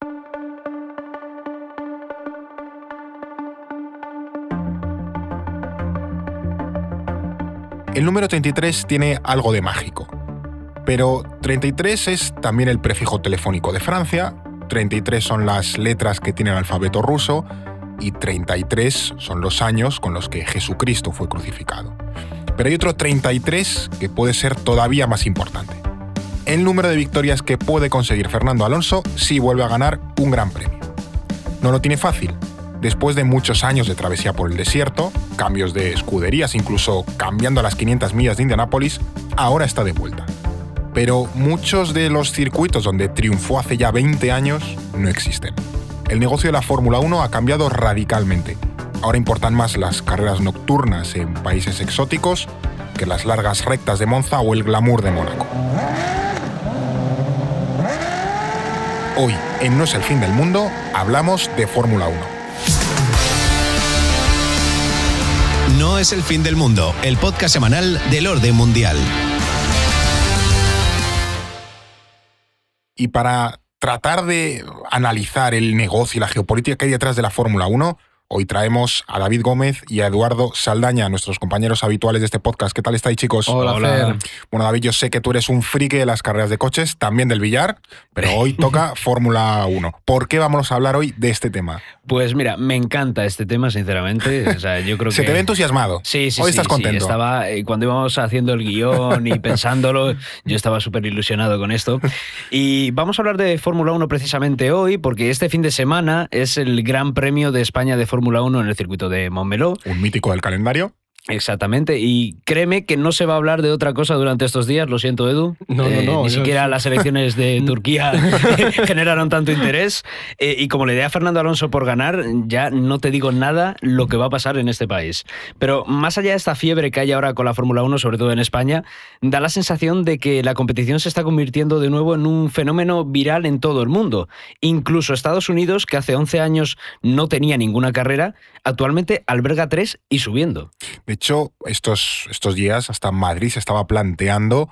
El número 33 tiene algo de mágico, pero 33 es también el prefijo telefónico de Francia, 33 son las letras que tiene el alfabeto ruso y 33 son los años con los que Jesucristo fue crucificado. Pero hay otro 33 que puede ser todavía más importante. El número de victorias que puede conseguir Fernando Alonso si vuelve a ganar un gran premio. No lo tiene fácil. Después de muchos años de travesía por el desierto, cambios de escuderías, incluso cambiando a las 500 millas de Indianápolis, ahora está de vuelta. Pero muchos de los circuitos donde triunfó hace ya 20 años no existen. El negocio de la Fórmula 1 ha cambiado radicalmente. Ahora importan más las carreras nocturnas en países exóticos que las largas rectas de Monza o el glamour de Mónaco. Hoy, en No es el fin del mundo, hablamos de Fórmula 1. No es el fin del mundo, el podcast semanal del orden mundial. Y para tratar de analizar el negocio y la geopolítica que hay detrás de la Fórmula 1, hoy traemos a David Gómez y a Eduardo Saldaña, nuestros compañeros habituales de este podcast. ¿Qué tal estáis, chicos? Hola. Bueno, David, yo sé que tú eres un friki de las carreras de coches, también del billar, pero hoy toca Fórmula 1. ¿Por qué vamos a hablar hoy de este tema? Pues mira, me encanta este tema, sinceramente. O sea, yo creo Se te ve entusiasmado. Sí. Hoy estás contento. Sí, estaba, cuando íbamos haciendo el guión y pensándolo, yo estaba súper ilusionado con esto. Y vamos a hablar de Fórmula 1 precisamente hoy, porque este fin de semana es el Gran Premio de España de Fórmula 1 en el circuito de Montmeló. Un mítico del calendario. Exactamente, y créeme que no se va a hablar de otra cosa durante estos días, lo siento, Edu. No. Ni siquiera las elecciones de Turquía generaron tanto interés. Y como le dé a Fernando Alonso por ganar, ya no te digo nada lo que va a pasar en este país. Pero más allá de esta fiebre que hay ahora con la Fórmula 1, sobre todo en España, da la sensación de que la competición se está convirtiendo de nuevo en un fenómeno viral en todo el mundo. Incluso Estados Unidos, que hace 11 años no tenía ninguna carrera, actualmente alberga 3 y subiendo. De hecho, estos días hasta Madrid se estaba planteando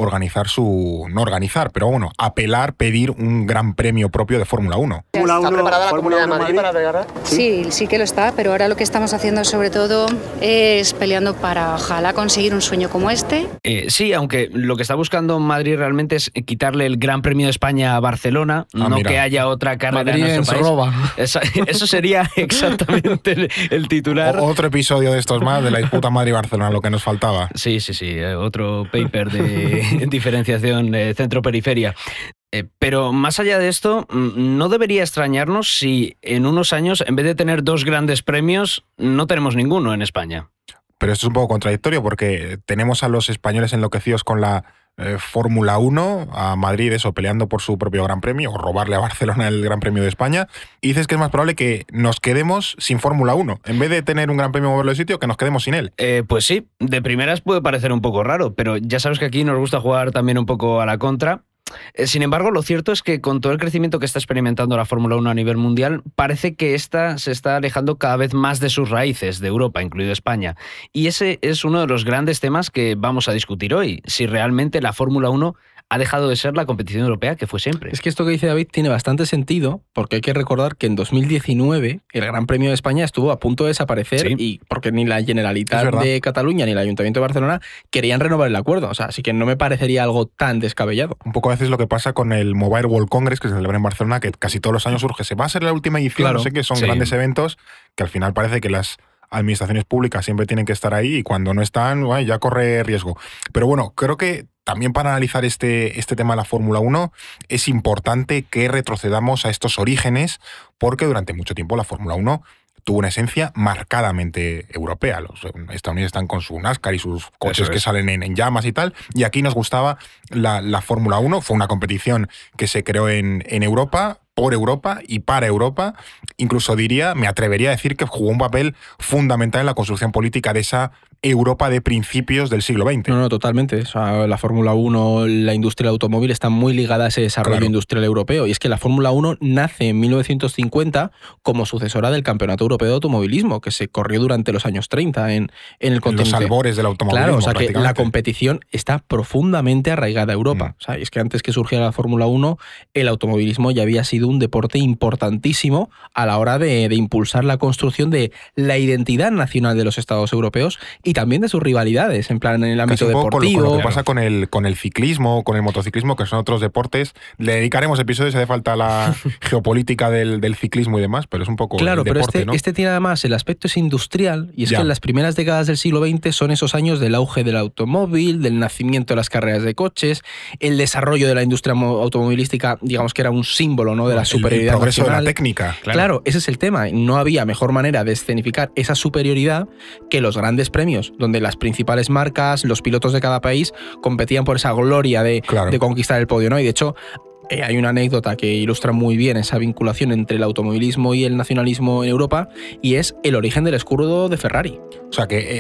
pedir un gran premio propio de Fórmula 1. ¿Está preparada la Comunidad de Madrid para pegar? Sí que lo está, pero ahora lo que estamos haciendo sobre todo es peleando para ojalá conseguir un sueño como este. Sí, aunque lo que está buscando Madrid realmente es quitarle el Gran Premio de España a Barcelona, mira. Que haya otra carrera Madrid en nuestro país. roba. Eso sería exactamente el titular. Otro episodio de estos más de la disputa Madrid-Barcelona, lo que nos faltaba. Sí, otro paper de diferenciación centro-periferia. Pero más allá de esto, no debería extrañarnos si en unos años, en vez de tener 2 grandes premios, no tenemos ninguno en España. Pero esto es un poco contradictorio porque tenemos a los españoles enloquecidos con la Fórmula 1, a Madrid eso, peleando por su propio Gran Premio, o robarle a Barcelona el Gran Premio de España, y dices que es más probable que nos quedemos sin Fórmula 1. En vez de tener un Gran Premio moverlo de sitio, que nos quedemos sin él. Pues sí, de primeras puede parecer un poco raro, pero ya sabes que aquí nos gusta jugar también un poco a la contra. Sin embargo, lo cierto es que con todo el crecimiento que está experimentando la Fórmula 1 a nivel mundial, parece que esta se está alejando cada vez más de sus raíces, de Europa, incluido España. Y ese es uno de los grandes temas que vamos a discutir hoy, si realmente la Fórmula 1 ha dejado de ser la competición europea que fue siempre. Es que esto que dice David tiene bastante sentido, porque hay que recordar que en 2019 el Gran Premio de España estuvo a punto de desaparecer, sí. Y porque ni la Generalitat de Cataluña ni el Ayuntamiento de Barcelona querían renovar el acuerdo. O sea, así que no me parecería algo tan descabellado. Un poco a veces lo que pasa con el Mobile World Congress, que se celebra en Barcelona, que casi todos los años surge. Se va a ser la última edición, Claro, no sé qué, son sí. grandes eventos que al final parece que las administraciones públicas siempre tienen que estar ahí y cuando no están, ya corre riesgo. Pero bueno, creo que también para analizar este tema de la Fórmula 1 es importante que retrocedamos a estos orígenes, porque durante mucho tiempo la Fórmula 1 tuvo una esencia marcadamente europea. Los estadounidenses están con su NASCAR y sus coches que salen en llamas y tal, y aquí nos gustaba la Fórmula 1. Fue una competición que se creó en Europa, por Europa y para Europa. Incluso me atrevería a decir que jugó un papel fundamental en la construcción política de esa Europa de principios del siglo XX. No, totalmente. O sea, la Fórmula 1, la industria del automóvil está muy ligada a ese desarrollo industrial europeo. Y es que la Fórmula 1 nace en 1950 como sucesora del Campeonato Europeo de Automovilismo, que se corrió durante los años 30 en el continente. Los albores del automovilismo. Claro, o sea que la competición está profundamente arraigada a Europa. O sea, es que antes que surgiera la Fórmula 1, el automovilismo ya había sido un deporte importantísimo a la hora de impulsar la construcción de la identidad nacional de los estados europeos y también de sus rivalidades, en plan en el ámbito deportivo. Con lo que pasa con el ciclismo, con el motociclismo, que son otros deportes. Le dedicaremos episodios si hace falta la geopolítica del ciclismo y demás, pero es un poco claro, el deporte, pero ¿no? este tiene además el aspecto es industrial, y es que en las primeras décadas del siglo XX son esos años del auge del automóvil, del nacimiento de las carreras de coches, el desarrollo de la industria automovilística, digamos que era un símbolo, ¿no?, de la superioridad el progreso nacional. De la técnica. Claro, ese es el tema. No había mejor manera de escenificar esa superioridad que los grandes premios, donde las principales marcas, los pilotos de cada país competían por esa gloria de conquistar el podio, ¿no? Y de hecho, hay una anécdota que ilustra muy bien esa vinculación entre el automovilismo y el nacionalismo en Europa, y es el origen del escudo de Ferrari. O sea, que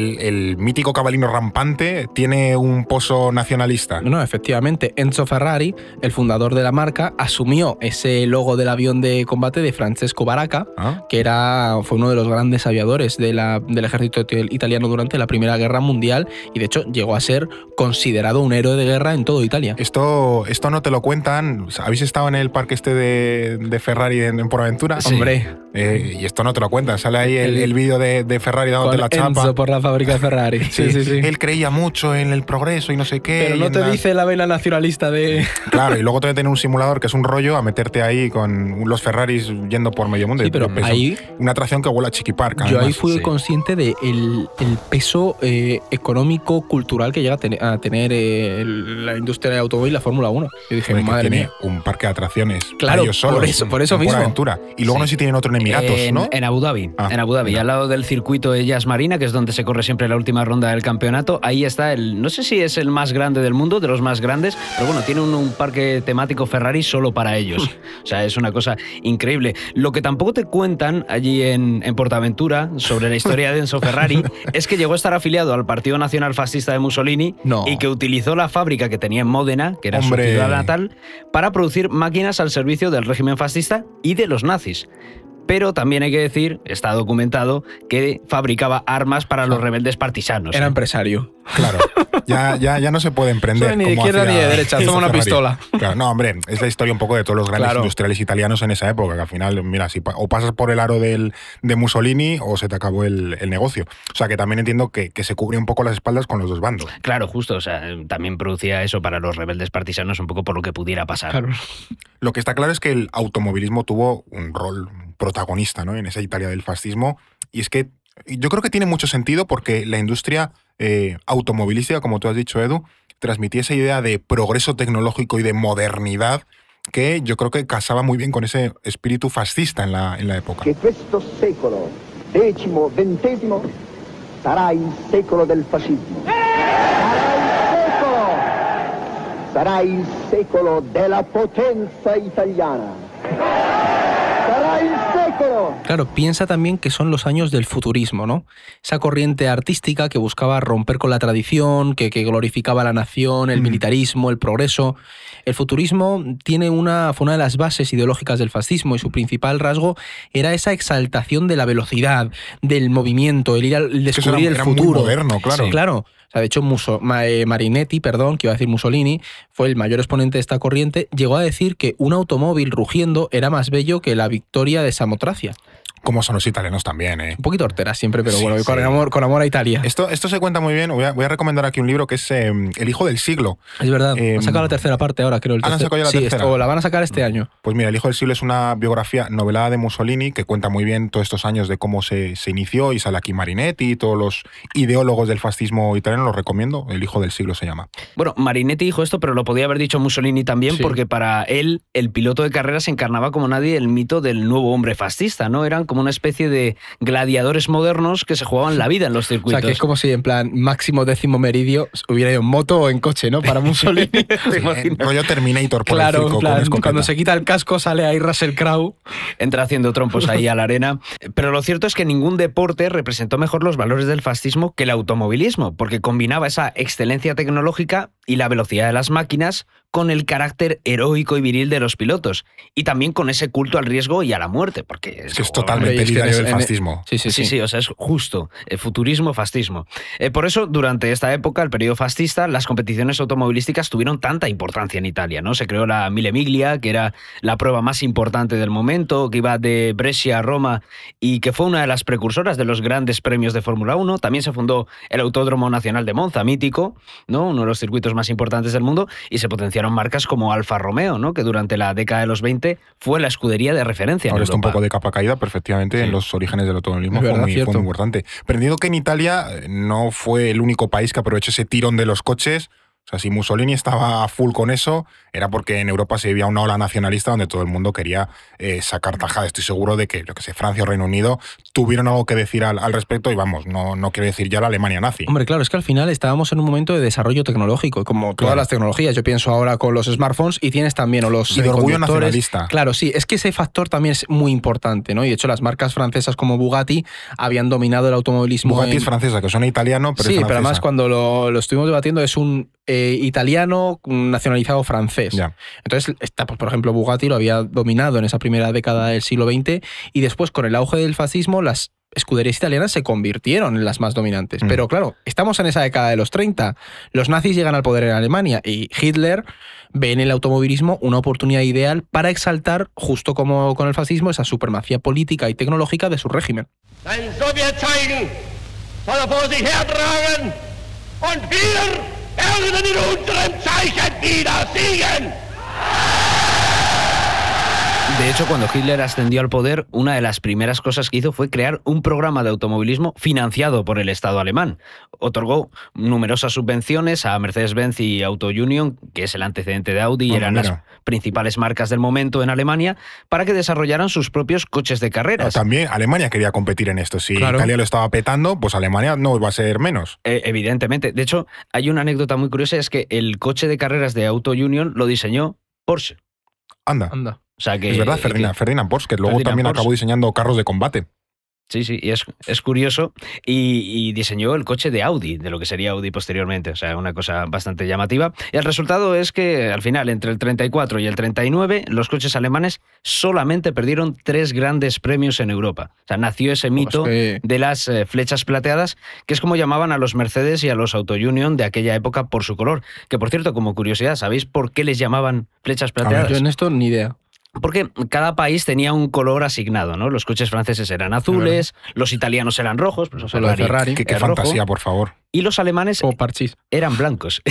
el mítico cabalino rampante tiene un pozo nacionalista. No, efectivamente. Enzo Ferrari, el fundador de la marca, asumió ese logo del avión de combate de Francesco Baracca, que fue uno de los grandes aviadores del ejército italiano durante la Primera Guerra Mundial, y de hecho llegó a ser considerado un héroe de guerra en toda Italia. Esto no te lo cuentan. ¿Habéis estado en el parque este de Ferrari en Por Aventura? Sí. Hombre. Y esto no te lo cuentan. Sale ahí el vídeo de Ferrari dándote la chapa. Enzo por la fábrica de Ferrari. Sí. Él creía mucho en el progreso y no sé qué. Pero no te dice la vena nacionalista de... Claro, y luego te meten un simulador que es un rollo a meterte ahí con los Ferraris yendo por medio mundo. Sí, pero ahí... Una atracción que huele a Chiqui Park. Yo ahí fui consciente de el peso económico, cultural que llega a tener la industria del automóvil y la Fórmula 1. Yo dije, madre mía. Un parque de atracciones. Claro, ellos solos, por eso mismo. Por Aventura. Y luego no sé si tienen otro en Emiratos, ¿no? En Abu Dhabi. En Abu Dhabi, al lado del circuito de Yas Marina, que es donde se corre siempre la última ronda del campeonato. Ahí está no sé si es el más grande del mundo, de los más grandes, pero bueno, tiene un parque temático Ferrari solo para ellos. O sea, es una cosa increíble. Lo que tampoco te cuentan allí en Portaventura sobre la historia de Enzo Ferrari es que llegó a estar afiliado al Partido Nacional Fascista de Mussolini y que utilizó la fábrica que tenía en Módena, que era su ciudad natal, para producir máquinas al servicio del régimen fascista y de los nazis. Pero también hay que decir, está documentado, que fabricaba armas para los rebeldes partisanos. Era empresario. Claro, ya no se puede emprender. Ni de izquierda ni de derecha, toma una pistola. Claro, no, hombre, es la historia un poco de todos los grandes industriales italianos en esa época, que al final, mira, si o pasas por el aro de Mussolini o se te acabó el negocio. O sea, que también entiendo que se cubre un poco las espaldas con los dos bandos. Claro, justo, o sea, también producía eso para los rebeldes partisanos un poco por lo que pudiera pasar. Claro. Lo que está claro es que el automovilismo tuvo un rol protagonista, ¿no?, en esa Italia del fascismo, y es que yo creo que tiene mucho sentido porque la industria automovilística, como tú has dicho, Edu, transmitía esa idea de progreso tecnológico y de modernidad que yo creo que casaba muy bien con ese espíritu fascista en la época. Que questo secolo, X-XX, sarà il secolo del fascismo. Sarà il secolo della potenza italiana. Claro, piensa también que son los años del futurismo, ¿no? Esa corriente artística que buscaba romper con la tradición, que glorificaba la nación, el militarismo, el progreso. El futurismo fue una de las bases ideológicas del fascismo, y su principal rasgo era esa exaltación de la velocidad, del movimiento, el descubrir el futuro. Muy moderno, claro. Sí. Claro. O sea, de hecho, Marinetti, que iba a decir Mussolini, fue el mayor exponente de esta corriente, llegó a decir que un automóvil rugiendo era más bello que la victoria de Samotracia. Como son los italianos también, ¿eh? Un poquito hortera siempre, pero bueno, con amor a Italia. Esto se cuenta muy bien. Voy a recomendar aquí un libro que es El hijo del siglo. Es verdad, han sacado la tercera parte ahora, creo. ¿Han sacado ya la tercera? O la van a sacar este año. Pues mira, El hijo del siglo es una biografía novelada de Mussolini que cuenta muy bien todos estos años de cómo se inició, y sale aquí Marinetti, todos los ideólogos del fascismo italiano, los recomiendo. El hijo del siglo se llama. Bueno, Marinetti dijo esto, pero lo podía haber dicho Mussolini también, porque para él, el piloto de carreras encarnaba como nadie el mito del nuevo hombre fascista, ¿no? Eran como una especie de gladiadores modernos que se jugaban la vida en los O circuitos. sea, que es como si en plan máximo décimo meridio hubiera ido en moto o en coche, ¿no? Para Mussolini. Rollo Terminator por el Claro, circo en plan, con escopeta. cuando se quita el casco sale ahí Russell Crowe. Entra haciendo trompos ahí a la arena. Pero lo cierto es que ningún deporte representó mejor los valores del fascismo que el automovilismo, porque combinaba esa excelencia tecnológica y la velocidad de las máquinas con el carácter heroico y viril de los pilotos, y también con ese culto al riesgo y a la muerte, porque Es que es como, totalmente hombre, es que literario del en- fascismo. Sí, o sea, es justo. Futurismo, fascismo. Por eso, durante esta época, el periodo fascista, las competiciones automovilísticas tuvieron tanta importancia en Italia, ¿no? Se creó la Mille Miglia, que era la prueba más importante del momento, que iba de Brescia a Roma y que fue una de las precursoras de los grandes premios de Fórmula 1. También se fundó el Autódromo Nacional de Monza, mítico, ¿no? Uno de los circuitos más importantes del mundo, y se potenciaron marcas como Alfa Romeo, ¿no? Que durante la década de los 20 fue la escudería de referencia en Ahora está un Europa. poco de capa caída, pero efectivamente Sí. en los orígenes del automovilismo Es fue verdad, muy cierto. importante. Pero entiendo que en Italia no fue el único país que aprovechó ese tirón de los coches. O sea, si Mussolini estaba a full con eso, era porque en Europa se vivía una ola nacionalista donde todo el mundo quería sacar tajada. Estoy seguro de que, yo que sé, Francia o Reino Unido tuvieron algo que decir al respecto, y vamos, no quiero decir ya la Alemania nazi. Hombre, claro, es que al final estábamos en un momento de desarrollo tecnológico, como todas Claro. las tecnologías. Yo pienso ahora con los smartphones y tienes también, o los Y de orgullo semiconductores. nacionalista. Claro, sí, es que ese factor también es muy importante, ¿no? Y de hecho las marcas francesas como Bugatti habían dominado el automovilismo. Bugatti es francesa, que suena italiano, pero Sí, es francesa. pero además cuando lo estuvimos debatiendo es un italiano nacionalizado francés. Ya. Entonces, pues, por ejemplo, Bugatti lo había dominado en esa primera década del siglo XX, y después con el auge del fascismo las escuderías italianas se convirtieron en las más dominantes. Pero claro, estamos en esa década de los 30, los nazis llegan al poder en Alemania y Hitler ve en el automovilismo una oportunidad ideal para exaltar, justo como con el fascismo, esa supremacía política y tecnológica de su régimen. Den Sowjetzeichen soll vor sich hertragen und wir werden in unserem Zeichen wieder siegen. De hecho, cuando Hitler ascendió al poder, una de las primeras cosas que hizo fue crear un programa de automovilismo financiado por el Estado alemán. Otorgó numerosas subvenciones a Mercedes-Benz y Auto Union, que es el antecedente de Audi, y Bueno, eran mira. las principales marcas del momento en Alemania, para que desarrollaran sus propios coches de carreras. También Alemania quería competir en esto. Si Claro. Italia lo estaba petando, pues Alemania no iba a ser menos. Evidentemente. De hecho, hay una anécdota muy curiosa, es que el coche de carreras de Auto Union lo diseñó Porsche. Anda. Anda. O sea que, Es verdad, Ferdinand Porsche, que luego Ferdinand también Porsche. acabó diseñando carros de combate. Sí, y es curioso. Y diseñó el coche de Audi, de lo que sería Audi posteriormente. O sea, una cosa bastante llamativa. Y el resultado es que, al final, entre el 34 y el 39, los coches alemanes solamente perdieron 3 grandes premios en Europa. O sea, nació ese mito que- de las flechas plateadas, que es como llamaban a los Mercedes y a los Auto Union de aquella época por su color. Que, por cierto, como curiosidad, ¿sabéis por qué les llamaban flechas plateadas? Yo en esto ni idea. Porque cada país tenía un color asignado, ¿no? Los coches franceses eran azules, los italianos eran rojos, pues Lo de Ferrari. Qué era rojo, fantasía, por favor. y los alemanes Como parchís. eran blancos.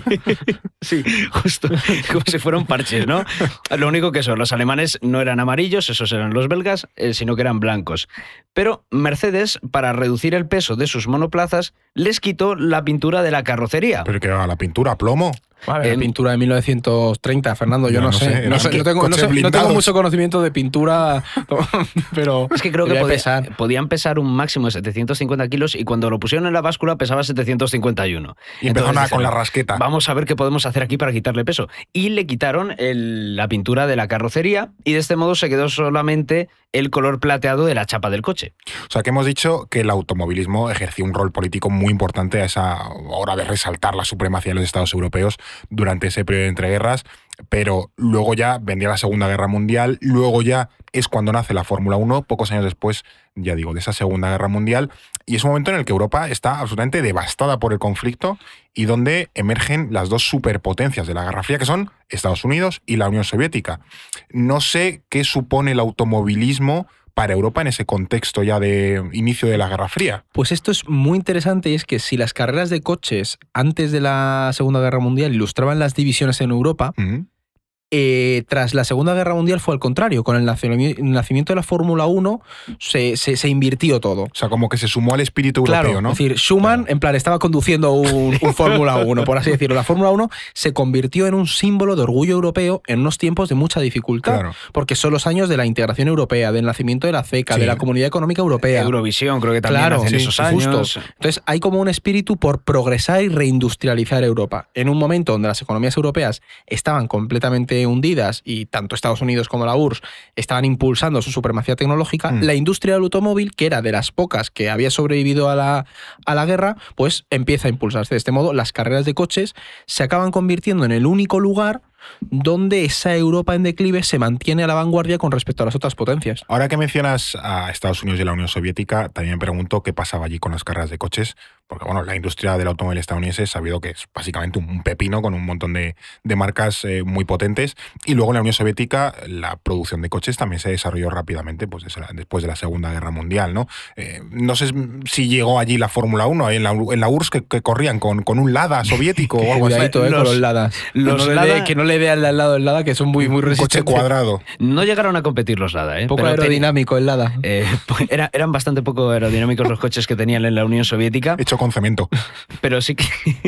Sí, justo, como si fueran parches, ¿no? Lo único que son, los alemanes no eran amarillos, esos eran los belgas, sino que eran blancos. Pero Mercedes, para reducir el peso de sus monoplazas, les quitó la pintura de la carrocería. Pero que la pintura, plomo. Vale, la pintura de 1930, Fernando, yo Yo no no sé. sé, No, sé, eran no tengo, no coches sé- no tengo blindados. mucho conocimiento de pintura, pero Es que creo que debía pesar. podían pesar un máximo de 750 kilos y cuando lo pusieron en la báscula pesaba 751. Y empezaron Entonces con la dijeron, rasqueta. Vamos a ver qué podemos hacer aquí para quitarle peso. Y le quitaron la pintura de la carrocería y de este modo se quedó solamente el color plateado de la chapa del coche. O sea, que hemos dicho que el automovilismo ejerció un rol político muy importante a esa hora de resaltar la supremacía de los Estados europeos durante ese periodo de entreguerras, pero luego ya vendría la Segunda Guerra Mundial, luego ya es cuando nace la Fórmula 1, pocos años después, ya digo, de esa Segunda Guerra Mundial, y es un momento en el que Europa está absolutamente devastada por el conflicto y donde emergen las dos superpotencias de la Guerra Fría, que son Estados Unidos y la Unión Soviética. No sé qué supone el automovilismo para Europa en ese contexto ya de inicio de la Guerra Fría. Pues esto es muy interesante, y es que si las carreras de coches antes de la Segunda Guerra Mundial ilustraban las divisiones en Europa, Ujú. Tras la Segunda Guerra Mundial fue al contrario. Con el nacimiento de la Fórmula 1 se invirtió todo. O sea, como que se sumó al espíritu europeo, ¿no? Es decir, Schumann, en plan, estaba conduciendo un Fórmula 1, por así decirlo. La Fórmula 1 se convirtió en un símbolo de orgullo europeo en unos tiempos de mucha dificultad. Claro. Porque son los años de la integración europea, del nacimiento de la CECA, de la Comunidad Económica Europea. Eurovisión, creo que también en esos años. Justo. Entonces, hay como un espíritu por progresar y reindustrializar Europa. En un momento donde las economías europeas estaban completamente hundidas y tanto Estados Unidos como la URSS estaban impulsando su supremacía tecnológica, la industria del automóvil, que era de las pocas que había sobrevivido a la guerra, pues empieza a impulsarse. De este modo, las carreras de coches se acaban convirtiendo en el único lugar donde esa Europa en declive se mantiene a la vanguardia con respecto a las otras potencias. Ahora que mencionas a Estados Unidos y la Unión Soviética, también me pregunto qué pasaba allí con las carreras de coches, porque bueno, la industria del automóvil estadounidense es sabido que es básicamente un pepino con un montón de marcas muy potentes, y luego en la Unión Soviética la producción de coches también se desarrolló rápidamente pues, después de la Segunda Guerra Mundial, ¿no? No sé si llegó allí la Fórmula 1, en la URSS que corrían con un Lada soviético o algo así. Con los Ladas. Que no le dé al lado del Lada, que son muy resistentes. Coche cuadrado. No llegaron a competir los Lada. Poco aerodinámico el Lada. Eran bastante poco aerodinámicos los coches que tenían en la Unión Soviética. Hecho con cemento. Pero sí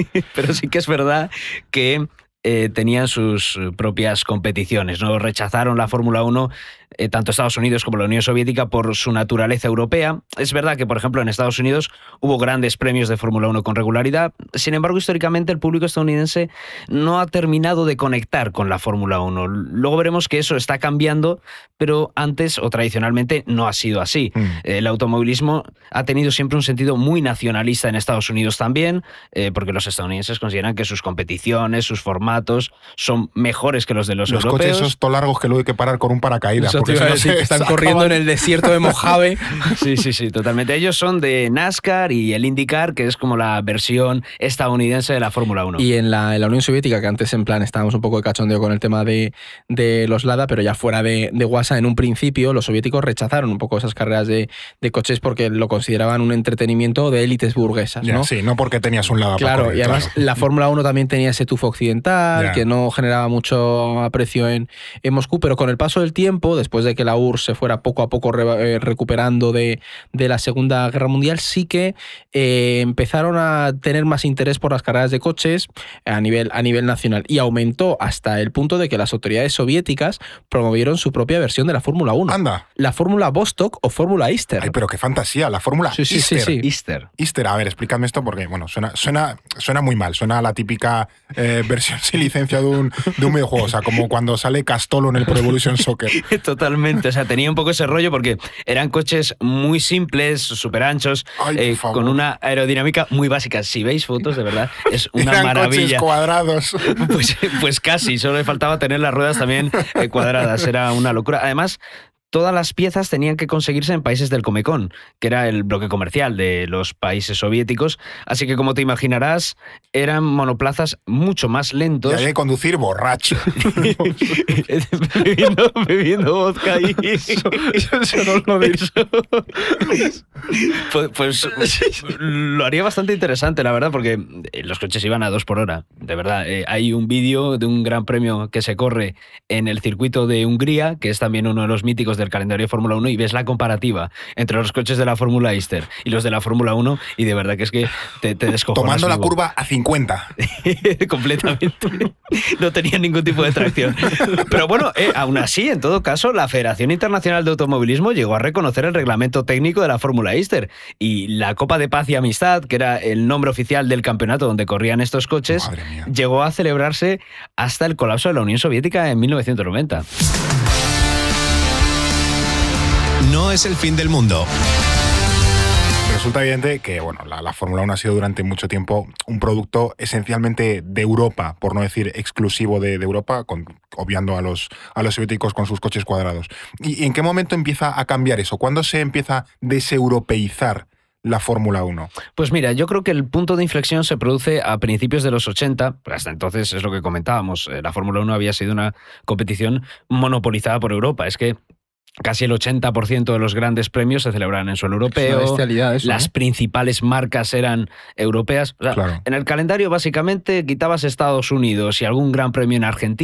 que es verdad que tenían sus propias competiciones, ¿no? Rechazaron la Fórmula 1 tanto Estados Unidos como la Unión Soviética por su naturaleza europea. Es verdad que, por ejemplo, en Estados Unidos hubo grandes premios de Fórmula 1 con regularidad. Sin embargo, históricamente el público estadounidense no ha terminado de conectar con la Fórmula 1. Luego veremos que eso está cambiando, pero antes o tradicionalmente no ha sido así. El automovilismo ha tenido siempre un sentido muy nacionalista en Estados Unidos también, porque los estadounidenses consideran que sus competiciones, sus formatos son mejores que los de los europeos. Los coches esos tan largos que luego hay que parar con un paracaídas. Porque están corriendo en el desierto de Mojave. Sí, totalmente. Ellos son de NASCAR y el IndyCar, que es como la versión estadounidense de la Fórmula 1. Y en la Unión Soviética, que antes en plan estábamos un poco de cachondeo con el tema de los Lada, pero ya fuera de guasa, en un principio los soviéticos rechazaron un poco esas carreras de coches porque lo consideraban un entretenimiento de élites burguesas, ¿no? Sí, no porque tenías un Lada para correr. Y además la Fórmula 1 también tenía ese tufo occidental, que no generaba mucho aprecio en Moscú, pero con el paso del tiempo, después de que la URSS se fuera poco a poco recuperando de la Segunda Guerra Mundial, sí que empezaron a tener más interés por las carreras de coches a nivel nacional, y aumentó hasta el punto de que las autoridades soviéticas promovieron su propia versión de la Fórmula 1. ¡Anda! La Fórmula Vostok o Fórmula Easter. Ay, pero qué fantasía, la Fórmula Easter. Sí. Easter. A ver, explícame esto porque, bueno, suena muy mal. Suena a la típica versión sin licencia de un videojuego. O sea, como cuando sale Castolo en el Pro Evolution Soccer. Totalmente. O sea, tenía un poco ese rollo porque eran coches muy simples, súper anchos, con una aerodinámica muy básica. Si veis fotos, de verdad, es una eran maravilla. Coches cuadrados. Pues casi, solo le faltaba tener las ruedas también cuadradas. Era una locura. Además, todas las piezas tenían que conseguirse en países del Comecon, que era el bloque comercial de los países soviéticos. Así que, como te imaginarás, eran monoplazas mucho más lentos. Y había que conducir borracho. bebiendo vodka y... Eso no lo digo. Pues lo haría bastante interesante, la verdad, porque los coches iban a 2 por hora. De verdad, hay un vídeo de un gran premio que se corre en el circuito de Hungría, que es también uno de los míticos del calendario de Fórmula 1, y ves la comparativa entre los coches de la Fórmula Easter y los de la Fórmula 1, y de verdad que es que te descojonas. Tomando la curva a 50. Completamente. No tenía ningún tipo de tracción. Pero bueno, aún así, en todo caso, la Federación Internacional de Automovilismo llegó a reconocer el reglamento técnico de la Fórmula Easter, y la Copa de Paz y Amistad, que era el nombre oficial del campeonato donde corrían estos coches, llegó a celebrarse hasta el colapso de la Unión Soviética en 1990. No es el fin del mundo. Resulta evidente que bueno, la Fórmula 1 ha sido durante mucho tiempo un producto esencialmente de Europa, por no decir exclusivo de Europa, obviando a los soviéticos con sus coches cuadrados. ¿Y en qué momento empieza a cambiar eso? ¿Cuándo se empieza a deseuropeizar la Fórmula 1? Pues mira, yo creo que el punto de inflexión se produce a principios de los 80. Hasta entonces es lo que comentábamos. La Fórmula 1 había sido una competición monopolizada por Europa. Es que casi el 80% de los grandes premios se celebraban en suelo europeo. Las principales marcas eran europeas. O sea, en el calendario básicamente quitabas Estados Unidos y algún gran premio en Argentina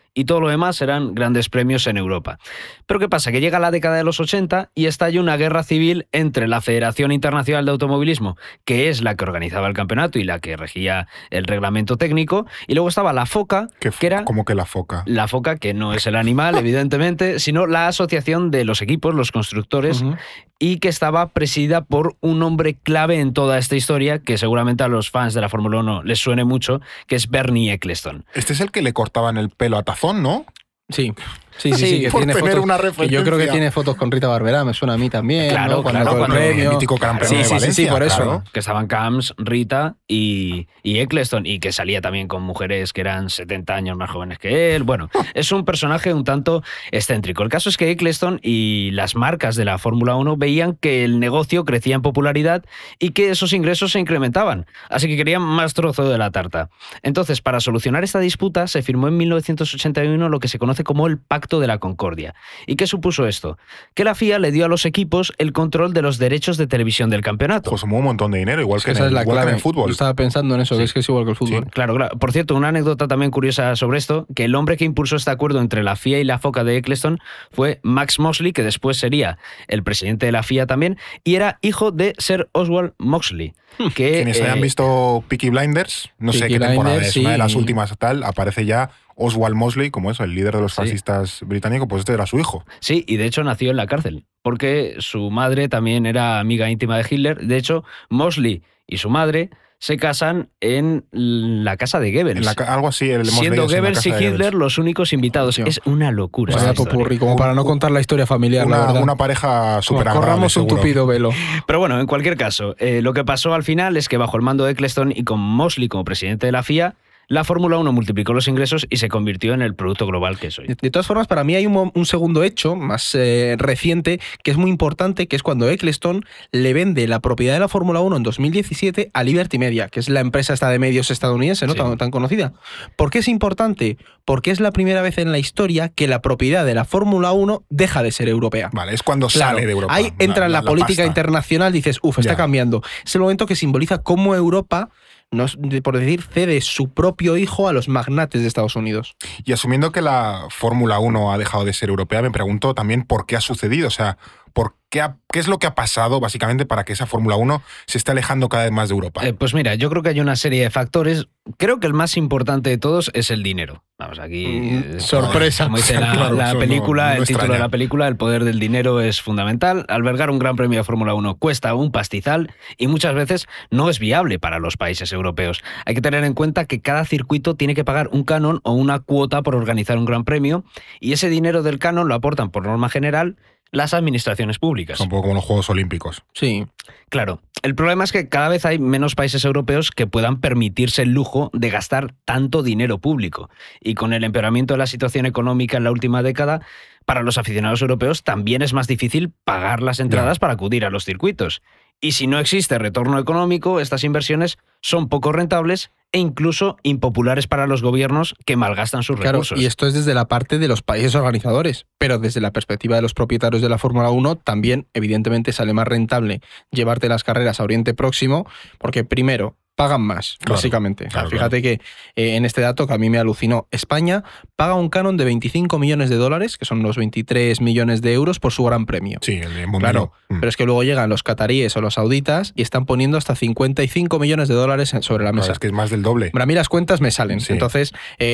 y todo lo demás eran grandes premios en Europa. Pero ¿qué pasa? Que llega la década de los 80 y estalla una guerra civil entre la Federación Internacional de Automovilismo, que es la que organizaba el campeonato y la que regía el reglamento técnico, y luego estaba la FOCA, que era... ¿Cómo que la FOCA? La FOCA, que no es el animal, evidentemente, sino la asociación de los equipos, los constructores, y que estaba presidida por un hombre clave en toda esta historia, que seguramente a los fans de la Fórmula 1 les suene mucho, que es Bernie Ecclestone. Este es el que le cortaban el pelo a Tazón, ¿no? Sí. Sí, que por tiene tener fotos, una referencia. yo creo que tiene fotos con Rita Barberá, me suena a mí también. Claro, ¿no? cuando el mítico Gran Premio de Valencia. Sí, por eso. Claro. Que estaban Camps, Rita y Ecclestone, y que salía también con mujeres que eran 70 años más jóvenes que él. Bueno, es un personaje un tanto excéntrico. El caso es que Ecclestone y las marcas de la Fórmula 1 veían que el negocio crecía en popularidad y que esos ingresos se incrementaban, así que querían más trozo de la tarta. Entonces, para solucionar esta disputa, se firmó en 1981 lo que se conoce como el Pacto de la Concordia. ¿Y qué supuso esto? Que la FIA le dio a los equipos el control de los derechos de televisión del campeonato. Pues un montón de dinero, igual que, esa es la clave. en el fútbol. Yo estaba pensando en eso, Sí. que es igual que el fútbol. Sí, claro. Por cierto, una anécdota también curiosa sobre esto, que el hombre que impulsó este acuerdo entre la FIA y la FOCA de Ecclestone fue Max Mosley, que después sería el presidente de la FIA también, y era hijo de Sir Oswald Mosley. Que, Quienes hayan visto Peaky Blinders, no sé qué temporada es, sí. una de las últimas tal, aparece ya Oswald Mosley como eso, el líder de los fascistas británicos, pues este era su hijo. Sí, y de hecho nació en la cárcel, porque su madre también era amiga íntima de Hitler. De hecho, Mosley y su madre se casan en la casa de Goebbels. Algo así. Siendo Goebbels y Hitler los únicos invitados. Tío. Es una locura. Vaya popurrí, como para no contar la historia familiar, la verdad. Una pareja súper agradable, corramos un seguro. tupido velo. Pero bueno, en cualquier caso, lo que pasó al final es que bajo el mando de Ecclestone y con Mosley como presidente de la FIA, la Fórmula 1 multiplicó los ingresos y se convirtió en el producto global que es hoy. De todas formas, para mí hay un segundo hecho más reciente que es muy importante, que es cuando Ecclestone le vende la propiedad de la Fórmula 1 en 2017 a Liberty Media, que es la empresa esta de medios estadounidense, ¿no? Sí. Tan conocida. ¿Por qué es importante? Porque es la primera vez en la historia que la propiedad de la Fórmula 1 deja de ser europea. Vale, es cuando Claro, sale de Europa. ahí entra la política pasta. internacional, dices, está Ya. cambiando. Es el momento que simboliza cómo Europa, por decir, cede su propio hijo a los magnates de Estados Unidos. Y asumiendo que la Fórmula 1 ha dejado de ser europea, me pregunto también por qué ha sucedido. O sea, ¿qué es lo que ha pasado básicamente para que esa Fórmula 1 se esté alejando cada vez más de Europa? Pues mira, yo creo que hay una serie de factores. Creo que el más importante de todos es el dinero. Vamos, aquí... sorpresa. Como dice Claro, la eso película, no el título extraña. de la película, el poder del dinero es fundamental. Albergar un gran premio de Fórmula 1 cuesta un pastizal y muchas veces no es viable para los países europeos. Hay que tener en cuenta que cada circuito tiene que pagar un canon o una cuota por organizar un gran premio, y ese dinero del canon lo aportan por norma general las administraciones públicas. Es un poco como los Juegos Olímpicos. Sí. Claro, el problema es que cada vez hay menos países europeos que puedan permitirse el lujo de gastar tanto dinero público. Y con el empeoramiento de la situación económica en la última década, para los aficionados europeos también es más difícil pagar las entradas para acudir a los circuitos. Y si no existe retorno económico, estas inversiones son poco rentables e incluso impopulares para los gobiernos que malgastan sus recursos. Y esto es desde la parte de los países organizadores, pero desde la perspectiva de los propietarios de la Fórmula 1 también, evidentemente, sale más rentable llevarte las carreras a Oriente Próximo, porque primero, pagan más, Claro, básicamente. claro, Fíjate que en este dato que a mí me alucinó, España paga un canon de 25 millones de dólares, que son los 23 millones de euros por su gran premio. Sí, el de Mondino. Claro, pero es que luego llegan los cataríes o los sauditas y están poniendo hasta 55 millones de dólares sobre la mesa. Claro, es que es más del doble. A mí las cuentas me salen. Sí. Entonces,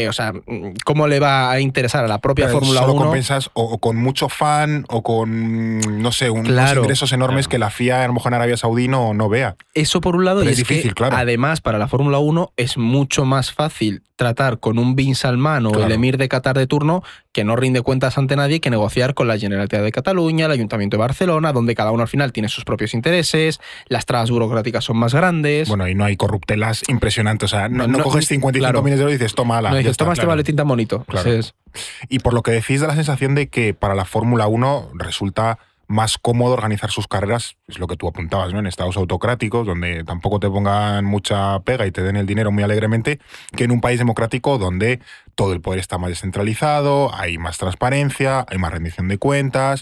¿cómo le va a interesar a la propia Pero Fórmula solo 1? compensas o con mucho fan o con, no sé, unos Claro, ingresos enormes que la FIA a lo mejor en Arabia Saudí no vea. Eso por un lado, Pero y es es difícil, que claro. además para la Fórmula 1 es mucho más fácil tratar con un Bin Salman o Claro. el emir de Qatar de turno, que no rinde cuentas ante nadie, que negociar con la Generalitat de Cataluña, el Ayuntamiento de Barcelona, donde cada uno al final tiene sus propios intereses, las trabas burocráticas son más grandes. Bueno, y no hay corruptelas impresionantes. O sea, no No, coges 55 claro. millones de euros y dices, toma, ala, no ya dices, está, toma este claro. maletín tan bonito. Claro. Entonces, Y por lo que decís, da la sensación de que para la Fórmula 1 resulta más cómodo organizar sus carreras, es lo que tú apuntabas, ¿no? En estados autocráticos, donde tampoco te pongan mucha pega y te den el dinero muy alegremente, que en un país democrático donde todo el poder está más descentralizado, hay más transparencia, hay más rendición de cuentas.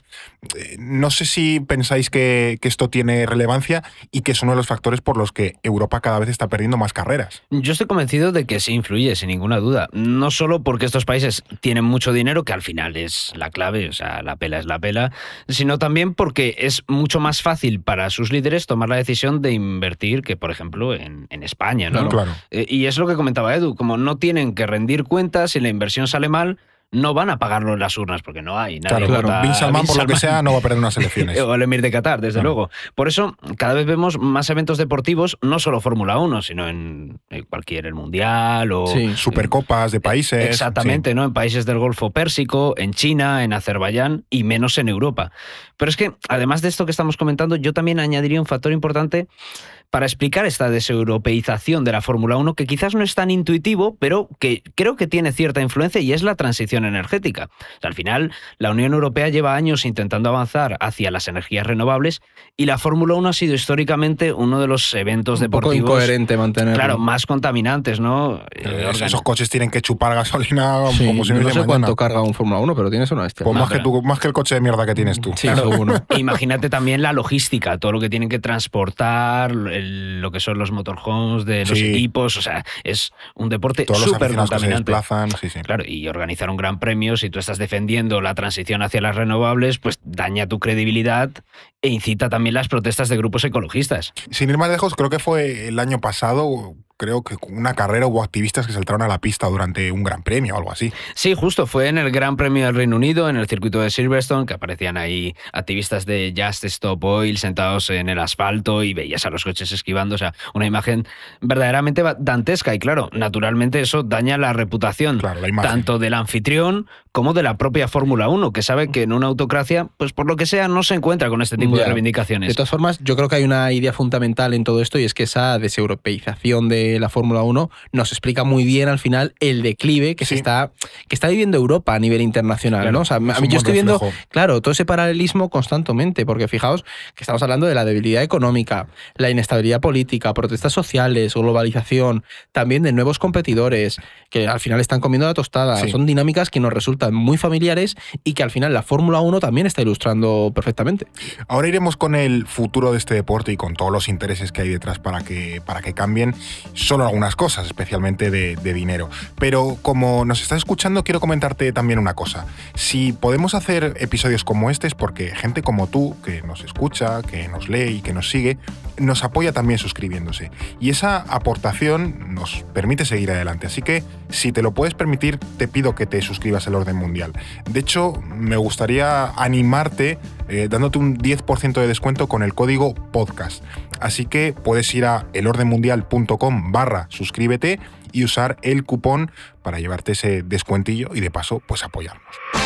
No sé si pensáis que esto tiene relevancia y que es uno de los factores por los que Europa cada vez está perdiendo más carreras. Yo estoy convencido de que sí influye, sin ninguna duda. No solo porque estos países tienen mucho dinero, que al final es la clave, o sea, la pela es la pela, sino también porque es mucho más fácil para sus líderes tomar la decisión de invertir que, por ejemplo, en España, ¿no? Claro. Y es lo que comentaba Edu, como no tienen que rendir cuentas, si la inversión sale mal, no van a pagarlo en las urnas, porque no hay. Nadie vota Bin Salman, por lo que sea, no va a perder unas elecciones. O el Emir de Qatar, desde luego. Por eso, cada vez vemos más eventos deportivos, no solo Fórmula 1, sino en cualquier, el Mundial o... Supercopas de países. Exactamente, ¿no? En países del Golfo Pérsico, en China, en Azerbaiyán y menos en Europa. Pero es que, además de esto que estamos comentando, yo también añadiría un factor importante para explicar esta deseuropeización de la Fórmula 1, que quizás no es tan intuitivo, pero que creo que tiene cierta influencia, y es la transición energética. O sea, al final, la Unión Europea lleva años intentando avanzar hacia las energías renovables y la Fórmula 1 ha sido históricamente uno de los eventos deportivos... Un poco incoherente mantenerlo. Claro, más contaminantes, ¿no? Esos coches tienen que chupar gasolina como si no sé mañana. cuánto carga un Fórmula 1, pero tienes una bestia. Pues más que el coche de mierda que tienes tú. Sí, seguro. Imagínate también la logística, todo lo que tienen que transportar, lo que son los motorhomes de los equipos, o sea, es un deporte súper contaminante. Claro, y organizar un gran premio, si tú estás defendiendo la transición hacia las renovables, pues daña tu credibilidad e incita también las protestas de grupos ecologistas. Sin ir más lejos, creo que fue el año pasado, creo que una carrera hubo activistas que saltaron a la pista durante un gran premio o algo así. Sí, justo, fue en el Gran Premio del Reino Unido, en el circuito de Silverstone, que aparecían ahí activistas de Just Stop Oil sentados en el asfalto y veías a los coches esquivando, o sea, una imagen verdaderamente dantesca y claro, naturalmente eso daña la reputación tanto del anfitrión como de la propia Fórmula 1, que sabe que en una autocracia, pues por lo que sea, no se encuentra con este tipo de reivindicaciones. De todas formas, yo creo que hay una idea fundamental en todo esto y es que esa deseuropeización de la Fórmula 1 nos explica muy bien al final el declive que está viviendo Europa a nivel internacional, claro, ¿no? O sea, a mí yo estoy viendo, claro, todo ese paralelismo constantemente, porque fijaos que estamos hablando de la debilidad económica, la inestabilidad política, protestas sociales, globalización, también de nuevos competidores que al final están comiendo la tostada. Son dinámicas que nos resultan muy familiares y que al final la Fórmula 1 también está ilustrando perfectamente. Ahora iremos con el futuro de este deporte y con todos los intereses que hay detrás para que cambien. Solo algunas cosas, especialmente de dinero. Pero como nos estás escuchando, quiero comentarte también una cosa. Si podemos hacer episodios como este es porque gente como tú, que nos escucha, que nos lee y que nos sigue, nos apoya también suscribiéndose. Y esa aportación nos permite seguir adelante. Así que, si te lo puedes permitir, te pido que te suscribas al Orden Mundial. De hecho, me gustaría animarte dándote un 10% de descuento con el código podcast. Así que puedes ir a elordenmundial.com/suscríbete y usar el cupón para llevarte ese descuentillo y de paso, pues apoyarnos.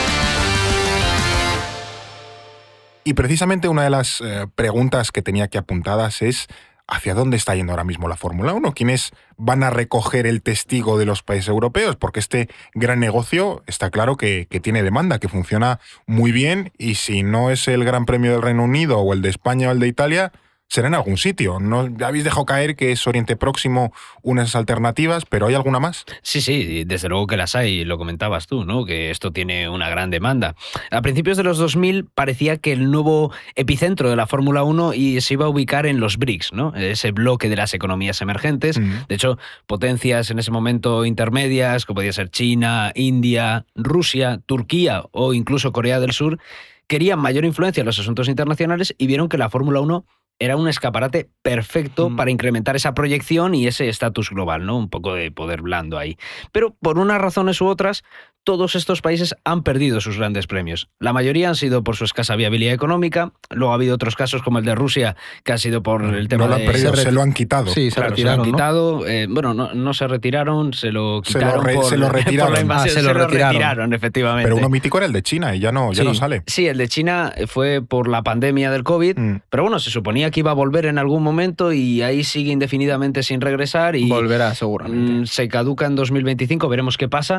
Y precisamente una de las preguntas que tenía aquí apuntadas es ¿hacia dónde está yendo ahora mismo la Fórmula 1? ¿Quiénes van a recoger el testigo de los países europeos? Porque este gran negocio está claro que tiene demanda, que funciona muy bien y si no es el Gran Premio del Reino Unido o el de España o el de Italia, será en algún sitio. ¿No habéis dejado caer que es Oriente Próximo unas alternativas, pero hay alguna más? Sí, desde luego que las hay, lo comentabas tú, ¿no? Que esto tiene una gran demanda. A principios de los 2000 parecía que el nuevo epicentro de la Fórmula 1 se iba a ubicar en los BRICS, ¿no? Ese bloque de las economías emergentes. De hecho, potencias en ese momento intermedias, como podía ser China, India, Rusia, Turquía o incluso Corea del Sur, querían mayor influencia en los asuntos internacionales y vieron que la Fórmula 1 era un escaparate perfecto para incrementar esa proyección y ese estatus global, ¿no? Un poco de poder blando ahí. Pero por unas razones u otras, todos estos países han perdido sus grandes premios. La mayoría han sido por su escasa viabilidad económica, luego ha habido otros casos como el de Rusia, que ha sido por el tema no lo han perdido, se lo han quitado. Sí, se lo han quitado. Bueno, no se retiraron, se lo quitaron se lo retiraron. Por la invasión, se lo retiraron, efectivamente. Pero uno mítico era el de China y ya no sale. Sí, el de China fue por la pandemia del COVID, pero bueno, se suponía que iba a volver en algún momento y ahí sigue indefinidamente sin regresar y volverá seguramente. Se caduca en 2025, veremos qué pasa.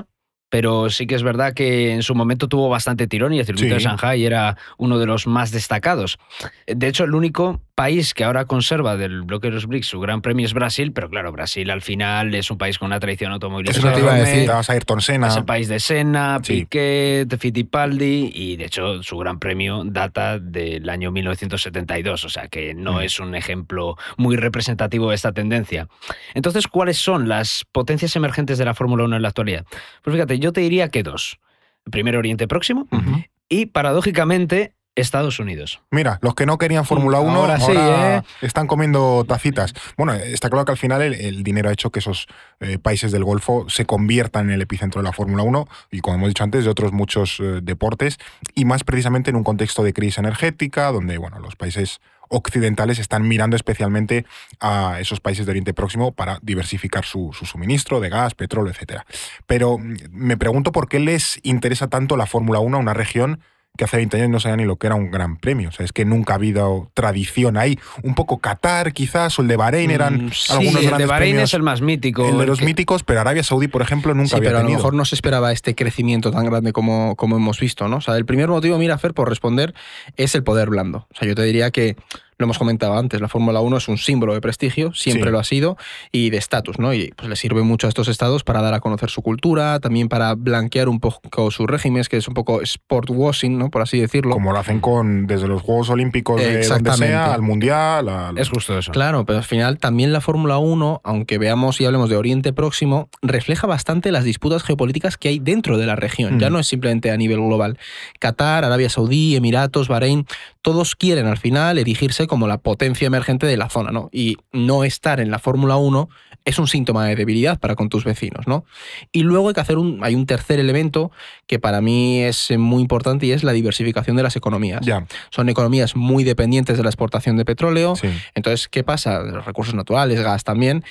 pero sí que es verdad que en su momento tuvo bastante tirón y el circuito de Shanghái era uno de los más destacados. De hecho, el único país que ahora conserva del bloque de los BRICS su gran premio es Brasil, pero claro, Brasil al final es un país con una tradición automovilística. Eso te iba a decir, vas a Ayrton Senna. Es el país de Senna, Piquet, Fittipaldi, y de hecho su gran premio data del año 1972, o sea que no es un ejemplo muy representativo de esta tendencia. Entonces, ¿cuáles son las potencias emergentes de la Fórmula 1 en la actualidad? Pues fíjate, yo te diría que dos. Primero, Oriente Próximo y, paradójicamente, Estados Unidos. Mira, los que no querían Fórmula 1 ahora están comiendo tacitas. Bueno, está claro que al final el dinero ha hecho que esos países del Golfo se conviertan en el epicentro de la Fórmula 1 y, como hemos dicho antes, de otros muchos deportes, y más precisamente en un contexto de crisis energética, donde los países occidentales están mirando especialmente a esos países de Oriente Próximo para diversificar su suministro de gas, petróleo, etc. Pero me pregunto por qué les interesa tanto la Fórmula 1 a una región que hace 20 años no sabía ni lo que era un gran premio. O sea, es que nunca ha habido tradición ahí. Un poco Qatar, quizás, o el de Bahrein eran algunos grandes premios. El de Bahrein es el más mítico. El de los míticos, pero Arabia Saudí, por ejemplo, nunca había tenido. Pero a lo mejor no se esperaba este crecimiento tan grande como hemos visto, ¿no? O sea, el primer motivo, mira, Fer, por responder, es el poder blando. O sea, yo te diría que, lo hemos comentado antes, la Fórmula 1 es un símbolo de prestigio, siempre lo ha sido, y de estatus, ¿no? Y pues le sirve mucho a estos estados para dar a conocer su cultura, también para blanquear un poco sus regímenes, que es un poco sport washing, ¿no? Por así decirlo. Como lo hacen desde los Juegos Olímpicos de donde sea, al Mundial. Es justo eso. Claro, pero al final también la Fórmula 1, aunque veamos y hablemos de Oriente Próximo, refleja bastante las disputas geopolíticas que hay dentro de la región. Ya no es simplemente a nivel global. Qatar, Arabia Saudí, Emiratos, Bahrein, todos quieren al final erigirse como la potencia emergente de la zona, ¿no? Y no estar en la Fórmula 1 es un síntoma de debilidad para con tus vecinos, ¿no? Y luego hay que hacer hay un tercer elemento que para mí es muy importante, y es la diversificación de las economías. Son economías muy dependientes de la exportación de petróleo. Entonces, ¿qué pasa? Los recursos naturales, gas también,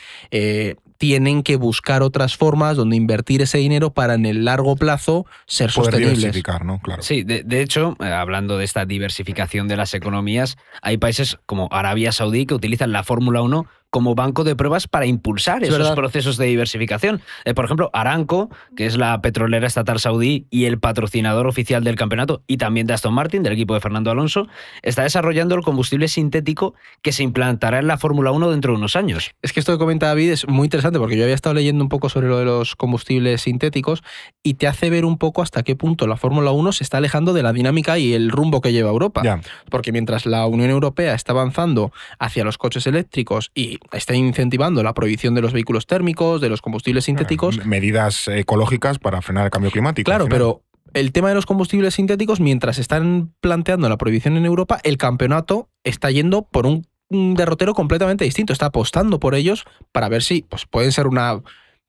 tienen que buscar otras formas donde invertir ese dinero para en el largo plazo ser sostenibles. Diversificar, ¿no? Claro. Sí, de hecho, hablando de esta diversificación de las economías, hay países como Arabia Saudí que utilizan la Fórmula 1 como banco de pruebas para impulsar esos procesos de diversificación. Por ejemplo, Aramco, que es la petrolera estatal saudí y el patrocinador oficial del campeonato, y también de Aston Martin, del equipo de Fernando Alonso, está desarrollando el combustible sintético que se implantará en la Fórmula 1 dentro de unos años. Es que esto que comenta David es muy interesante, porque yo había estado leyendo un poco sobre lo de los combustibles sintéticos y te hace ver un poco hasta qué punto la Fórmula 1 se está alejando de la dinámica y el rumbo que lleva Europa. Porque mientras la Unión Europea está avanzando hacia los coches eléctricos y está incentivando la prohibición de los vehículos térmicos, de los combustibles sintéticos. Medidas ecológicas para frenar el cambio climático. Claro, pero el tema de los combustibles sintéticos, mientras están planteando la prohibición en Europa, el campeonato está yendo por un derrotero completamente distinto. Está apostando por ellos para ver si pueden ser una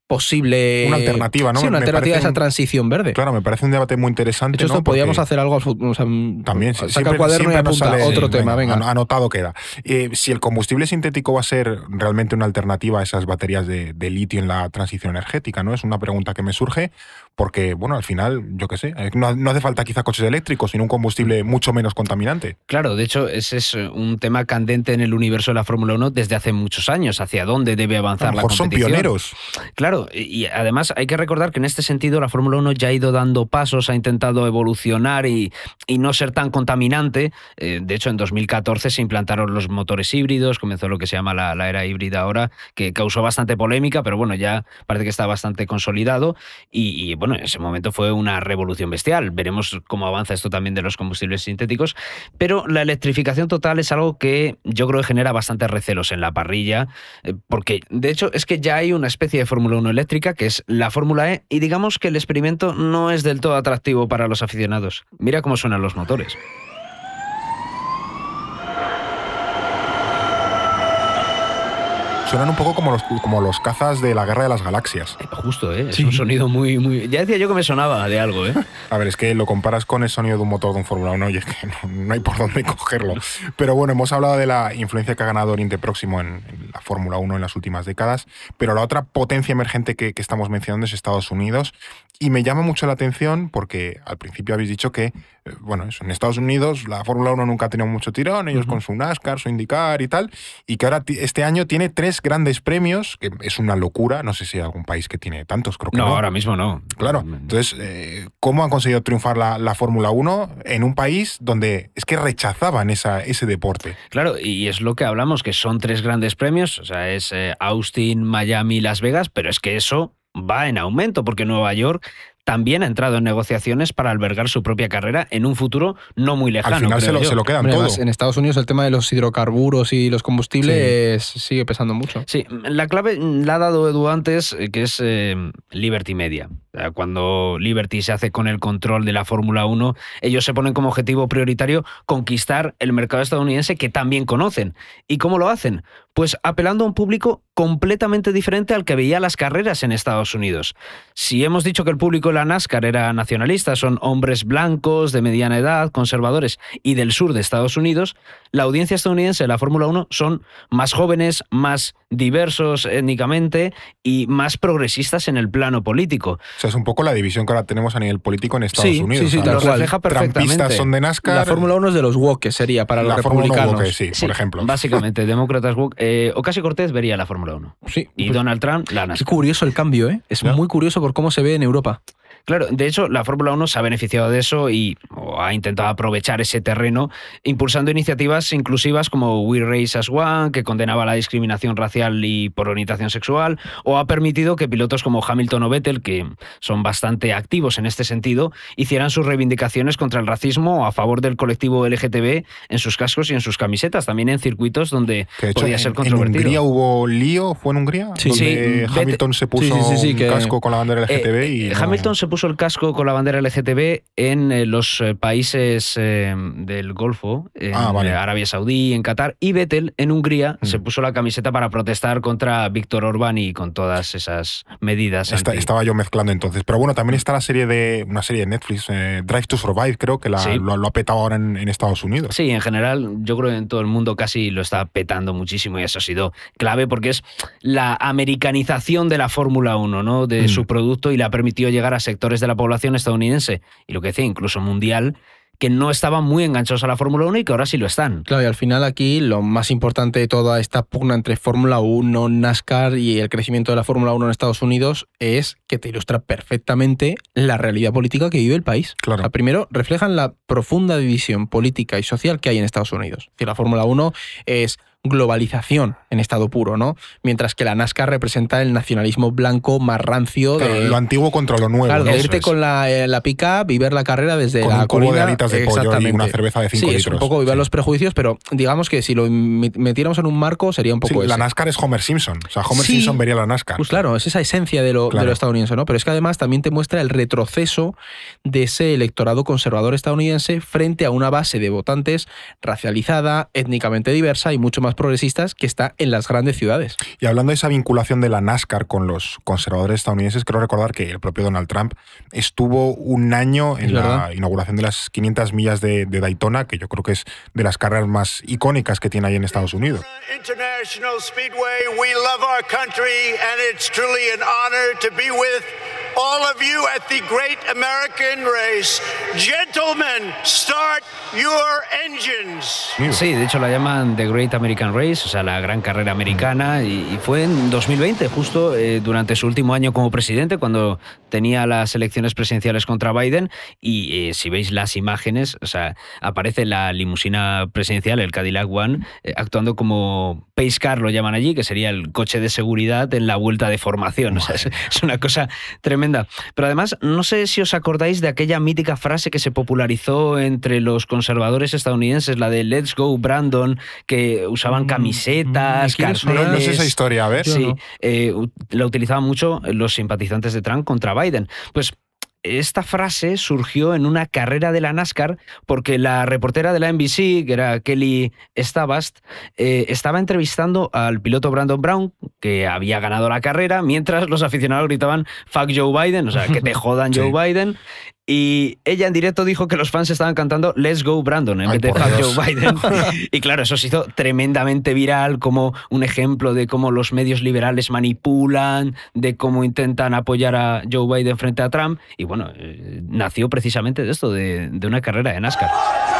alternativa, ¿no? Sí, una alternativa a esa transición verde. Claro, me parece un debate muy interesante. De hecho, esto podríamos hacer algo también. Saca el cuaderno y apunta otro tema. Venga. Anotado queda. Si el combustible sintético va a ser realmente una alternativa a esas baterías de litio en la transición energética, ¿no? Es una pregunta que me surge porque, al final, yo qué sé, no hace falta quizá coches eléctricos, sino un combustible mucho menos contaminante. Claro, de hecho, ese es un tema candente en el universo de la Fórmula 1 desde hace muchos años. ¿Hacia dónde debe avanzar la competición? Son pioneros. Claro, y además hay que recordar que en este sentido la Fórmula 1 ya ha ido dando pasos, ha intentado evolucionar y no ser tan contaminante. De hecho, en 2014 se implantaron los motores híbridos, comenzó lo que se llama la era híbrida ahora, que causó bastante polémica, pero ya parece que está bastante consolidado y en ese momento fue una revolución bestial. Veremos cómo avanza esto también de los combustibles sintéticos, pero la electrificación total es algo que yo creo que genera bastantes recelos en la parrilla, porque de hecho es que ya hay una especie de Fórmula 1 eléctrica que es la Fórmula E, y digamos que el experimento no es del todo atractivo para los aficionados. Mira cómo suenan los motores. Suenan un poco como los cazas de la Guerra de las Galaxias. Justo, ¿eh? Es un sonido muy... Ya decía yo que me sonaba de algo, ¿eh? A ver, es que lo comparas con el sonido de un motor de un Fórmula 1 y es que no hay por dónde cogerlo. Pero hemos hablado de la influencia que ha ganado Oriente Próximo en la Fórmula 1 en las últimas décadas, pero la otra potencia emergente que estamos mencionando es Estados Unidos, y me llama mucho la atención porque al principio habéis dicho que bueno, eso, en Estados Unidos la Fórmula 1 nunca ha tenido mucho tirón, ellos con su NASCAR, su IndyCar y tal, y que ahora este año tiene 3 grandes premios, que es una locura, no sé si hay algún país que tiene tantos, creo que no. No, ahora mismo no. Claro, entonces, ¿cómo han conseguido triunfar la Fórmula 1 en un país donde es que rechazaban ese deporte? Claro, y es lo que hablamos, que son 3 grandes premios, o sea, es Austin, Miami, Las Vegas, pero es que eso va en aumento, porque Nueva York también ha entrado en negociaciones para albergar su propia carrera en un futuro no muy lejano. Al final se lo quedan todo. Además, en Estados Unidos el tema de los hidrocarburos y los combustibles sigue pesando mucho. Sí, la clave la ha dado Edu antes, que es Liberty Media. O sea, cuando Liberty se hace con el control de la Fórmula 1, ellos se ponen como objetivo prioritario conquistar el mercado estadounidense que también conocen. ¿Y cómo lo hacen? Pues apelando a un público completamente diferente al que veía las carreras en Estados Unidos. Si hemos dicho que el público de la NASCAR era nacionalista, son hombres blancos, de mediana edad, conservadores y del sur de Estados Unidos, la audiencia estadounidense de la Fórmula 1 son más jóvenes, más diversos étnicamente y más progresistas en el plano político. O sea, es un poco la división que ahora tenemos a nivel político en Estados Unidos. Sí, lo refleja perfectamente. Trampistas son de NASCAR. La Fórmula 1 es de los woke, sería para los republicanos. Woke, sí, por ejemplo. Básicamente, demócratas woke. Ocasio-Cortez vería la Fórmula 1. Sí. Y Donald Trump, la Es NASCAR. curioso el cambio, ¿eh? Es muy curioso por cómo se ve en Europa. Claro, de hecho, la Fórmula 1 se ha beneficiado de eso y ha intentado aprovechar ese terreno impulsando iniciativas inclusivas como We Race as One, que condenaba la discriminación racial y por orientación sexual, o ha permitido que pilotos como Hamilton o Vettel, que son bastante activos en este sentido, hicieran sus reivindicaciones contra el racismo o a favor del colectivo LGTB en sus cascos y en sus camisetas, también en circuitos donde podía ser controvertido. ¿En Hungría hubo lío? ¿Fue en Hungría? Sí, donde Hamilton se puso un casco con la bandera LGTB y Hamilton se puso el casco con la bandera LGTB en los países del Golfo, en Arabia Saudí, en Qatar, y Vettel en Hungría se puso la camiseta para protestar contra Víctor Orbán y con todas esas medidas. Estaba yo mezclando entonces. Pero bueno, también está una serie de Netflix, Drive to Survive, creo que lo ha petado ahora en Estados Unidos. Sí, en general, yo creo que en todo el mundo casi lo está petando muchísimo y eso ha sido clave porque es la americanización de la Fórmula 1, ¿no? De su producto, y le ha permitido llegar a sectores de la población estadounidense y lo que decía, incluso mundial, que no estaban muy enganchados a la Fórmula 1 y que ahora sí lo están. Claro, y al final aquí lo más importante de toda esta pugna entre Fórmula 1, NASCAR y el crecimiento de la Fórmula 1 en Estados Unidos es que te ilustra perfectamente la realidad política que vive el país. Claro. O sea, primero, reflejan la profunda división política y social que hay en Estados Unidos. La Fórmula 1 es globalización en estado puro, ¿no? Mientras que la NASCAR representa el nacionalismo blanco más rancio. Claro, de lo antiguo contra lo nuevo. Claro, de irte con la pick-up y ver la carrera desde con la un cubo colina. de alitas de pollo y una cerveza de 5 litros. Sí, es un poco vivar los prejuicios, pero digamos que si lo metiéramos en un marco sería un poco la NASCAR es Homer Simpson. O sea, Homer Simpson vería la NASCAR. Pues claro, es esa esencia de lo estadounidense, ¿no? Pero es que además también te muestra el retroceso de ese electorado conservador estadounidense frente a una base de votantes racializada, étnicamente diversa y mucho más progresistas que está en las grandes ciudades. Y hablando de esa vinculación de la NASCAR con los conservadores estadounidenses, creo recordar que el propio Donald Trump estuvo un año en la inauguración de las 500 millas de Daytona, que yo creo que es de las carreras más icónicas que tiene ahí en Estados Unidos. International Speedway, we love our country and it's truly an honor to be with all of you at the Great American Race. Gentlemen, start your engines. Sí, de hecho la llaman The Great American Race, o sea, la gran carrera americana, y fue en 2020, justo durante su último año como presidente, cuando tenía las elecciones presidenciales contra Biden, y si veis las imágenes, o sea, aparece la limusina presidencial, el Cadillac One, actuando como pace car, lo llaman allí, que sería el coche de seguridad en la vuelta de formación. O sea, es una cosa tremenda. Pero además, no sé si os acordáis de aquella mítica frase que se popularizó entre los conservadores estadounidenses, la de Let's Go Brandon, que usaban camisetas, carteles. No sé esa historia, a ver. Sí, la utilizaban mucho los simpatizantes de Trump contra Biden. Pues esta frase surgió en una carrera de la NASCAR porque la reportera de la NBC, que era Kelly Stavast, estaba entrevistando al piloto Brandon Brown, que había ganado la carrera, mientras los aficionados gritaban "Fuck Joe Biden", o sea, que te jodan Joe Biden. Y ella en directo dijo que los fans estaban cantando Let's Go Brandon en vez de Fuck Joe Biden. Y claro, eso se hizo tremendamente viral como un ejemplo de cómo los medios liberales manipulan, de cómo intentan apoyar a Joe Biden frente a Trump. Y bueno, nació precisamente de esto, de una carrera de NASCAR.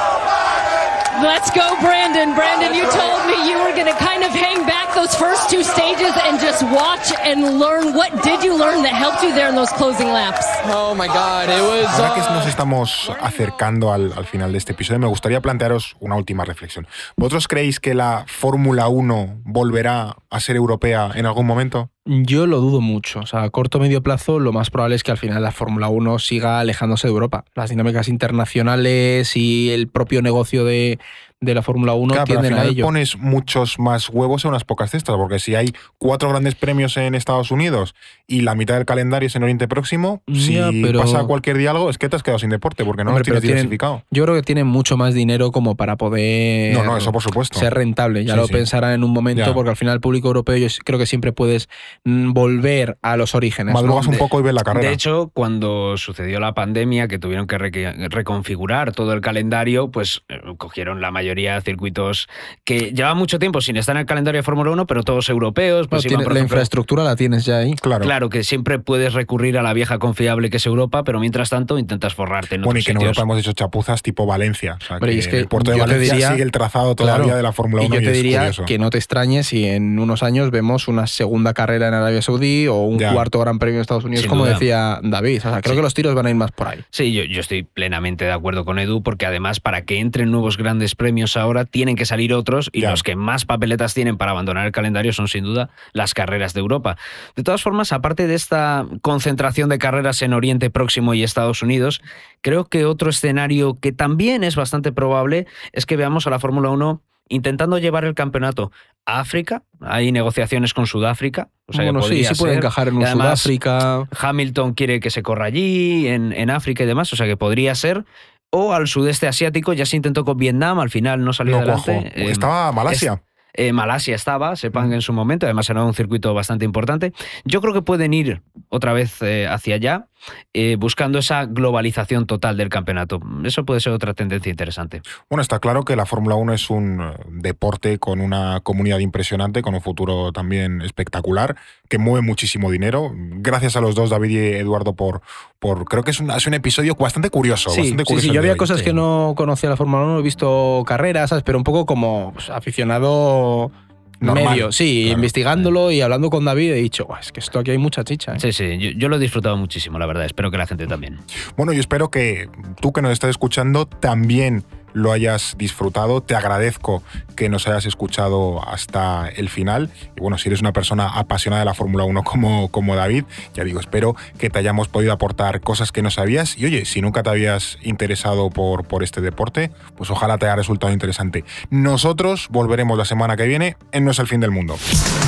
Let's go, Brandon. Brandon, you told me you were going to kind of hang back those first 2 stages and just watch and learn. What did you learn that helped you there in those closing laps? Oh my God, it was... Ahora que nos estamos acercando al final de este episodio, me gustaría plantearos una última reflexión. ¿Vosotros creéis que la Fórmula 1 volverá a ser europea en algún momento? Yo lo dudo mucho. O sea, a corto o medio plazo, lo más probable es que al final la Fórmula 1 siga alejándose de Europa. Las dinámicas internacionales y el propio negocio de la Fórmula 1 claro, tienden pero al a final ello. Pones muchos más huevos en unas pocas cestas, porque si hay 4 grandes premios en Estados Unidos y la mitad del calendario es en Oriente Próximo, pero pasa cualquier día algo, es que te has quedado sin deporte, porque no lo tienes diversificado. Yo creo que tienen mucho más dinero como para poder eso por supuesto. ser rentable. Ya lo pensarán en un momento, porque al final el público europeo yo creo que siempre puedes volver a los orígenes. Madrugas un poco y ves la carrera. De hecho, cuando sucedió la pandemia, que tuvieron que reconfigurar todo el calendario, pues cogieron la mayoría de circuitos que llevaban mucho tiempo sin estar en el calendario de Fórmula 1, pero todos europeos. Pues la infraestructura la tienes ya ahí. Claro, que siempre puedes recurrir a la vieja confiable que es Europa, pero mientras tanto intentas forrarte en otros y que en sitios. Europa hemos hecho chapuzas tipo Valencia. O sea, es que el puerto de Valencia sigue el trazado todavía de la Fórmula 1 y yo te diría curioso. Que no te extrañes si en unos años vemos una segunda carrera en Arabia Saudí o un cuarto Gran Premio en Estados Unidos, Sin como duda. decía David. O sea, creo que los tiros van a ir más por ahí. Sí, yo estoy plenamente de acuerdo con Edu, porque además para que entren nuevos grandes premios ahora tienen que salir otros, y los que más papeletas tienen para abandonar el calendario son sin duda las carreras de Europa. De todas formas, aparte de esta concentración de carreras en Oriente Próximo y Estados Unidos, creo que otro escenario que también es bastante probable es que veamos a la Fórmula 1 intentando llevar el campeonato a África. Hay negociaciones con Sudáfrica. O sea, bueno, sí puede encajar en un además, Sudáfrica. Hamilton quiere que se corra allí, en África y demás, o sea que podría ser. O al sudeste asiático, ya se intentó con Vietnam, al final no salió adelante. Estaba Malasia. Malasia estaba, Sepang en su momento, además era un circuito bastante importante. Yo creo que pueden ir otra vez hacia allá, buscando esa globalización total del campeonato. Eso puede ser otra tendencia interesante. Bueno, está claro que la Fórmula 1 es un deporte con una comunidad impresionante, con un futuro también espectacular, que mueve muchísimo dinero. Gracias a los dos, David y Eduardo, por creo que es un episodio bastante curioso. Sí, yo había cosas que no conocía la Fórmula 1, he visto carreras, ¿sabes? Pero un poco como aficionado normal, medio. Sí, claro. Investigándolo y hablando con David he dicho, es que esto aquí hay mucha chicha. Sí, yo lo he disfrutado muchísimo, la verdad. Espero que la gente también. Bueno, yo espero que tú que nos estás escuchando también lo hayas disfrutado. Te agradezco que nos hayas escuchado hasta el final. Y bueno, si eres una persona apasionada de la Fórmula 1 como David, ya digo, espero que te hayamos podido aportar cosas que no sabías. Y oye, si nunca te habías interesado por este deporte, pues ojalá te haya resultado interesante. Nosotros volveremos la semana que viene en No es el fin del mundo.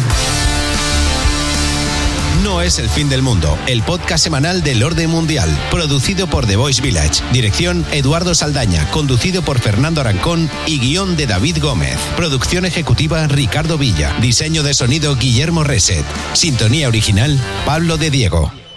No es el fin del mundo, el podcast semanal del orden mundial, producido por The Voice Village, dirección Eduardo Saldaña, conducido por Fernando Arancón y guión de David Gómez, producción ejecutiva Ricardo Villa, diseño de sonido Guillermo Reset, sintonía original Pablo de Diego.